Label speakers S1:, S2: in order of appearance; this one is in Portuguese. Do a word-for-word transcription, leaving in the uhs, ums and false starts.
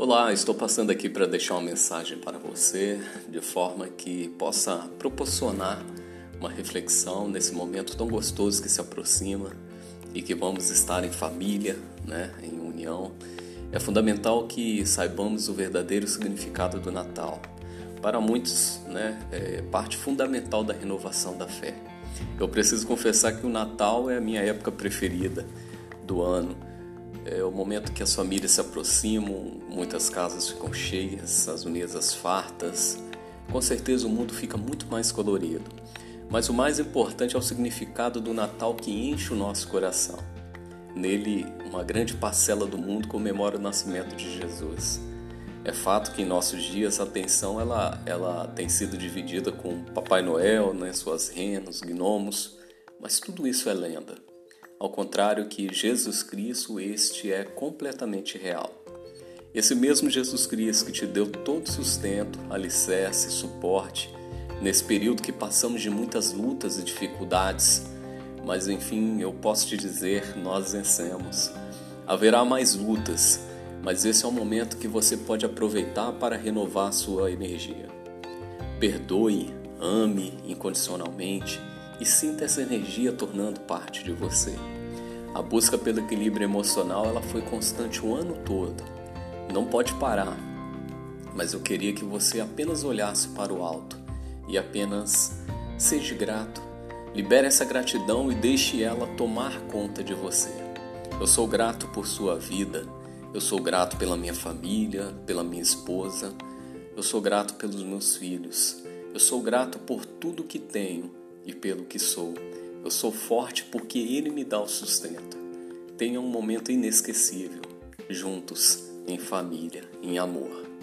S1: Olá, estou passando aqui para deixar uma mensagem para você, de forma que possa proporcionar uma reflexão nesse momento tão gostoso que se aproxima e que vamos estar em família, né, em união. É fundamental que saibamos o verdadeiro significado do Natal. Para muitos, né, é parte fundamental da renovação da fé. Eu preciso confessar que o Natal é a minha época preferida do ano. É o momento que as famílias se aproximam, muitas casas ficam cheias, as mesas fartas. Com certeza o mundo fica muito mais colorido. Mas o mais importante é o significado do Natal que enche o nosso coração. Nele, uma grande parcela do mundo comemora o nascimento de Jesus. É fato que em nossos dias a atenção ela, ela tem sido dividida com Papai Noel, né, suas renas, gnomos, mas tudo isso é lenda. Ao contrário que Jesus Cristo, este é completamente real. Esse mesmo Jesus Cristo que te deu todo sustento, alicerce, suporte, nesse período que passamos de muitas lutas e dificuldades, mas enfim, eu posso te dizer, nós vencemos. Haverá mais lutas, mas esse é o momento que você pode aproveitar para renovar sua energia. Perdoe, ame incondicionalmente e sinta essa energia tornando parte de você. A busca pelo equilíbrio emocional ela foi constante o ano todo. Não pode parar, mas eu queria que você apenas olhasse para o alto e apenas seja grato. Libere essa gratidão e deixe ela tomar conta de você. Eu sou grato por sua vida, eu sou grato pela minha família, pela minha esposa, eu sou grato pelos meus filhos, eu sou grato por tudo que tenho e pelo que sou. Eu sou forte porque Ele me dá o sustento. Tenha um momento inesquecível, juntos, em família, em amor.